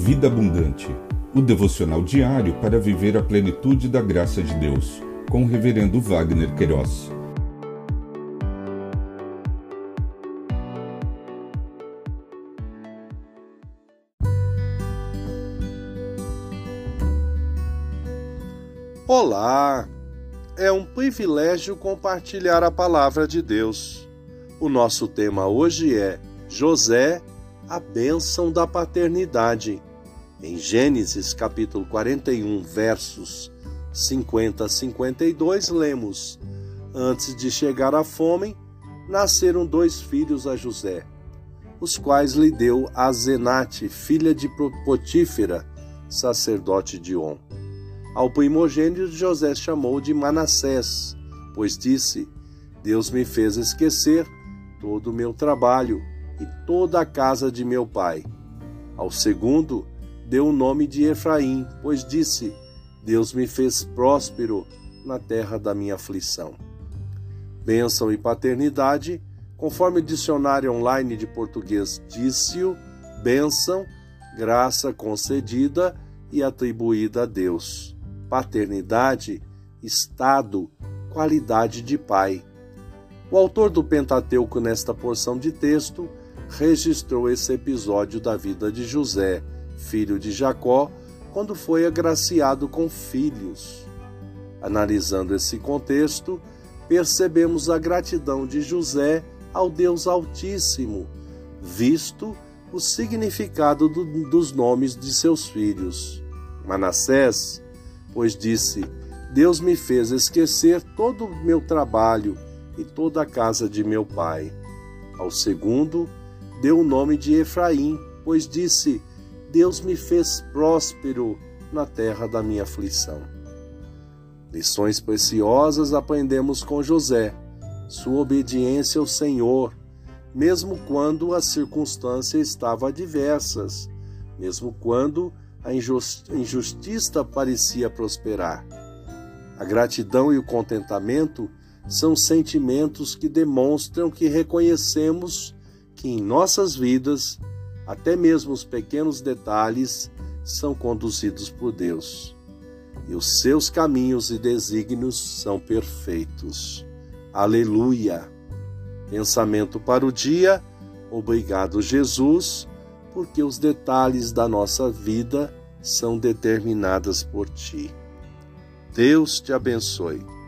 Vida Abundante, o devocional diário para viver a plenitude da graça de Deus, com o reverendo Wagner Queiroz. Olá! É um privilégio compartilhar a palavra de Deus. O nosso tema hoje é José, a bênção da paternidade. Em Gênesis capítulo 41, versos 50 a 52, lemos: Antes de chegar a fome, nasceram 2 filhos a José, os quais lhe deu Asenate, filha de Potífera, sacerdote de On. Ao primogênito José chamou de Manassés, pois disse: Deus me fez esquecer todo o meu trabalho e toda a casa de meu pai. Ao segundo deu o nome de Efraim, pois disse: Deus me fez próspero na terra da minha aflição. Bênção e paternidade, conforme o dicionário online de português disse-o, bênção, graça concedida e atribuída a Deus. Paternidade, estado, qualidade de pai. O autor do Pentateuco, nesta porção de texto, registrou esse episódio da vida de José, filho de Jacó, quando foi agraciado com filhos. Analisando esse contexto, percebemos a gratidão de José ao Deus Altíssimo, visto o significado dos nomes de seus filhos. Manassés, pois disse: Deus me fez esquecer todo o meu trabalho e toda a casa de meu pai. Ao segundo, deu o nome de Efraim, pois disse: Deus me fez próspero na terra da minha aflição. Lições preciosas aprendemos com José, sua obediência ao Senhor, mesmo quando as circunstâncias estavam adversas, mesmo quando a injustiça parecia prosperar. A gratidão e o contentamento são sentimentos que demonstram que reconhecemos que em nossas vidas, até mesmo os pequenos detalhes são conduzidos por Deus, e os seus caminhos e desígnios são perfeitos. Aleluia! Pensamento para o dia: obrigado, Jesus, porque os detalhes da nossa vida são determinados por Ti. Deus te abençoe.